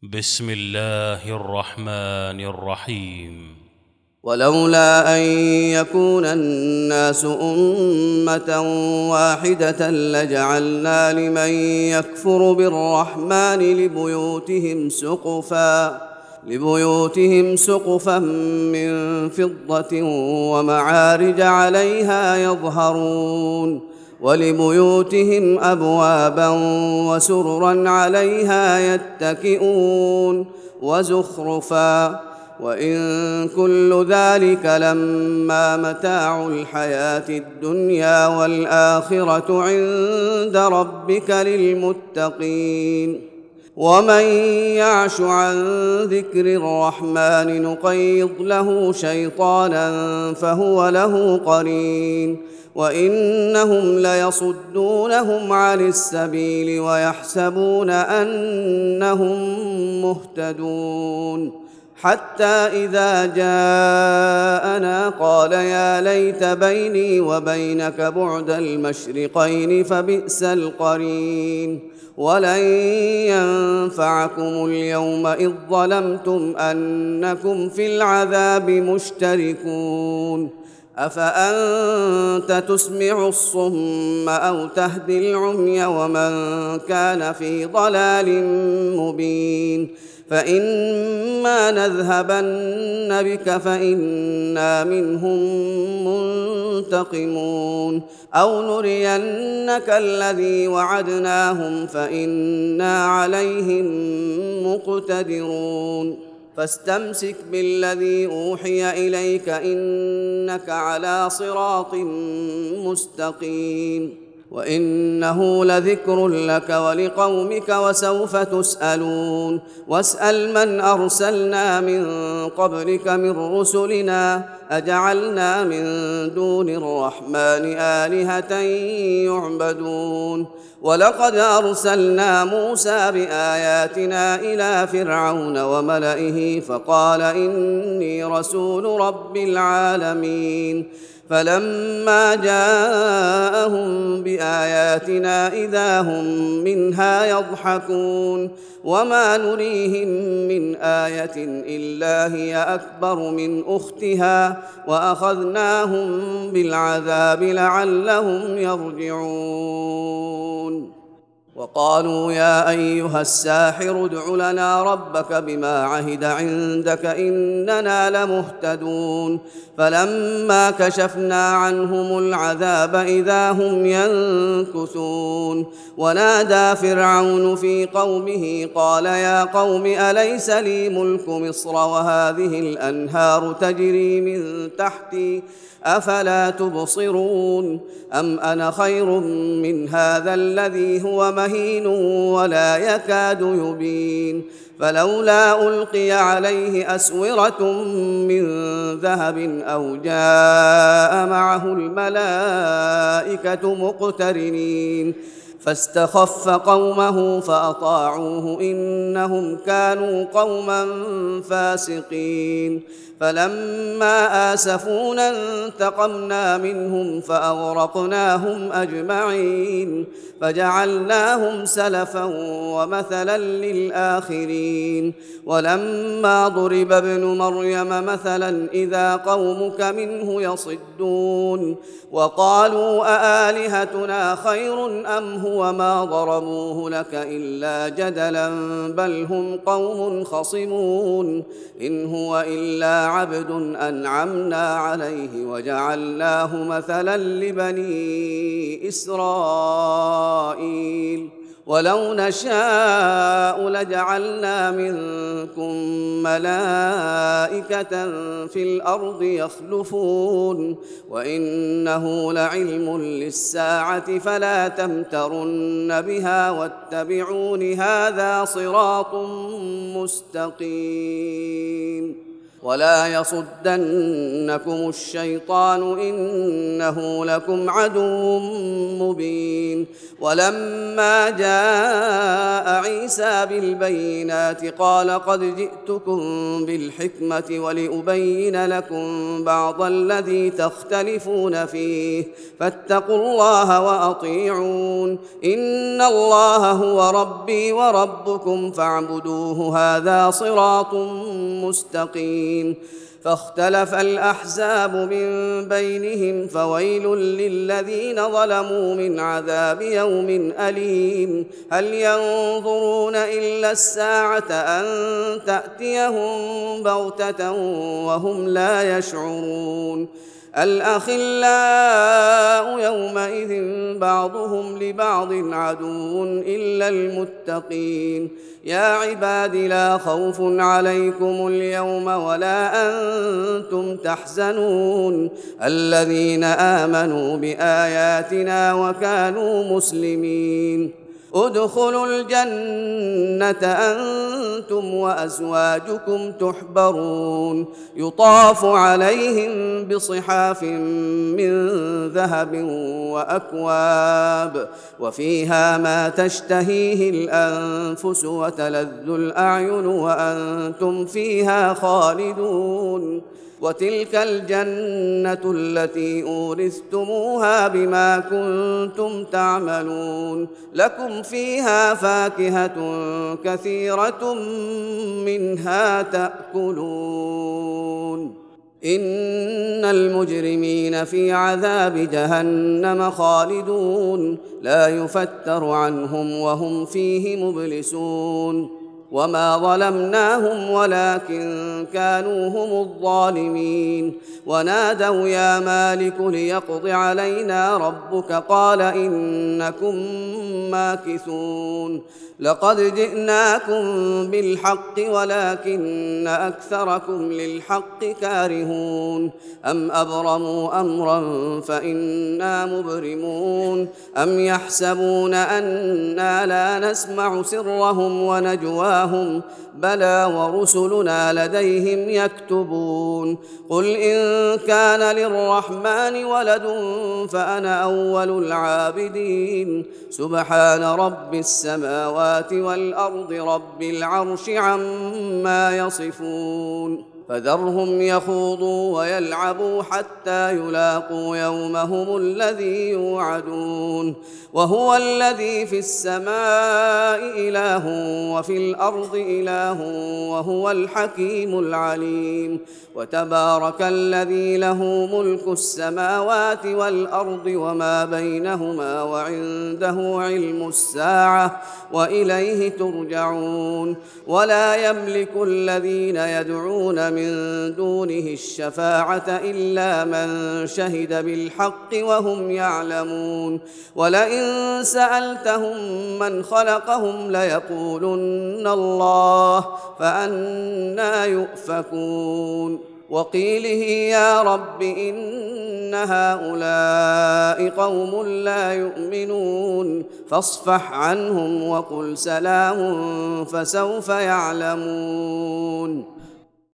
بسم الله الرحمن الرحيم. ولولا أن يكون الناس أمة واحدة لجعلنا لمن يكفر بالرحمن لبيوتهم سقفا من فضة ومعارج عليها يظهرون ولبيوتهم أبوابا وسررا عليها يتكئون وزخرفا وإن كل ذلك لما متاع الحياة الدنيا والآخرة عند ربك للمتقين ومن يعش عن ذكر الرحمن نقيض له شيطانا فهو له قرين وإنهم ليصدونهم عن السبيل ويحسبون أنهم مهتدون حتى إذا جاءنا قال يا ليت بيني وبينك بعد المشرقين فبئس القرين ولن ينفعكم اليوم إذ ظلمتم أنكم في العذاب مشتركون أفأنت تسمع الصم أو تهدي العمي ومن كان في ضلال مبين فإما نذهبن بك فإنا منهم منتقمون أو نرينك الذي وعدناهم فإنا عليهم مقتدرون فاستمسك بالذي أوحي إليك إنك على صراط مستقيم وإنه لذكر لك ولقومك وسوف تسألون واسأل من أرسلنا من قبلك من رسلنا أجعلنا من دون الرحمن آلهة يعبدون ولقد أرسلنا موسى بآياتنا إلى فرعون وملئه فقال إني رسول رب العالمين فلما جاءهم بآياتنا إذا هم منها يضحكون وما نريهم من آية إلا هي أكبر من أختها وأخذناهم بالعذاب لعلهم يرجعون وقالوا يا أيها الساحر ادع لنا ربك بما عهد عندك إننا لمهتدون فلما كشفنا عنهم العذاب إذا هم ينكثون ونادى فرعون في قومه قال يا قوم أليس لي ملك مصر وهذه الأنهار تجري من تحتي أفلا تبصرون أم أنا خير من هذا الذي هو مهين ولا يكاد يبين فلولا ألقي عليه أسورة من ذهب أو جاء معه الملائكة مقترنين فاستخف قومه فأطاعوه إنهم كانوا قوما فاسقين فلما آسفونا انتقمنا منهم فأغرقناهم أجمعين فجعلناهم سلفا ومثلا للآخرين ولما ضرب ابن مريم مثلا إذا قومك منه يصدون وقالوا أآلهتنا خير أم هو ما ضربوه لك إلا جدلا بل هم قوم خصمون إن هو إلا عبد أنعمنا عليه وجعلناه مثلا لبني إسرائيل ولو نشاء لجعلنا منكم ملائكة في الأرض يخلفون وإنه لعلم للساعة فلا تمترن بها واتبعون هذا صراط مستقيم ولا يصدنكم الشيطان إنه لكم عدو مبين. ولما جاء عيسى بالبينات قال قد جئتكم بالحكمة ولأبين لكم بعض الذي تختلفون فيه فاتقوا الله وأطيعون إن الله هو ربي وربكم فاعبدوه هذا صراط مستقيم. فاختلف الأحزاب من بينهم فويل للذين ظلموا من عذاب يوم أليم. هل ينظرون إلا الساعة أن تأتيهم بغتة وهم لا يشعرون. الأخلاء يومئذ بعضهم لبعض عدو إلا المتقين. يا عباد لا خوف عليكم اليوم ولا أنتم تحزنون الذين آمنوا بآياتنا وكانوا مسلمين. ادخلوا الجنة أنتم وأزواجكم تحبرون يطاف عليهم بصحاف من ذهب وأكواب وفيها ما تشتهيه الأنفس وتلذ الأعين وأنتم فيها خالدون. وتلك الجنة التي أورثتموها بما كنتم تعملون لكم فيها فاكهة كثيرة منها تأكلون. إن المجرمين في عذاب جهنم خالدون لا يفتر عنهم وهم فيه مبلسون. وما ظلمناهم ولكن كانوا هم الظالمين. ونادوا يا مالك ليقض علينا ربك قال إنكم ماكثون. لقد جئناكم بالحق ولكن أكثركم للحق كارهون. أم أبرموا أمرا فإنا مبرمون. أم يحسبون أنا لا نسمع سرهم ونجواهم بلى ورسلنا لديهم يكتبون. قل إن كان للرحمن ولد فأنا أول العابدين. سبحان رب السماوات والأرض رب العرش عما يصفون. فذرهم يخوضوا ويلعبوا حتى يلاقوا يومهم الذي يوعدون. وهو الذي في السماء إله وفي الأرض إله وهو الحكيم العليم. وتبارك الذي له ملك السماوات والأرض وما بينهما وعنده علم الساعة وإليه ترجعون. ولا يملك الذين يدعون من دونه الشفاعة إلا من شهد بالحق وهم يعلمون. ولئن سألتهم من خلقهم ليقولن الله فأنى يؤفكون. وقيله يا رب إن هؤلاء قوم لا يؤمنون فاصفح عنهم وقل سلام فسوف يعلمون.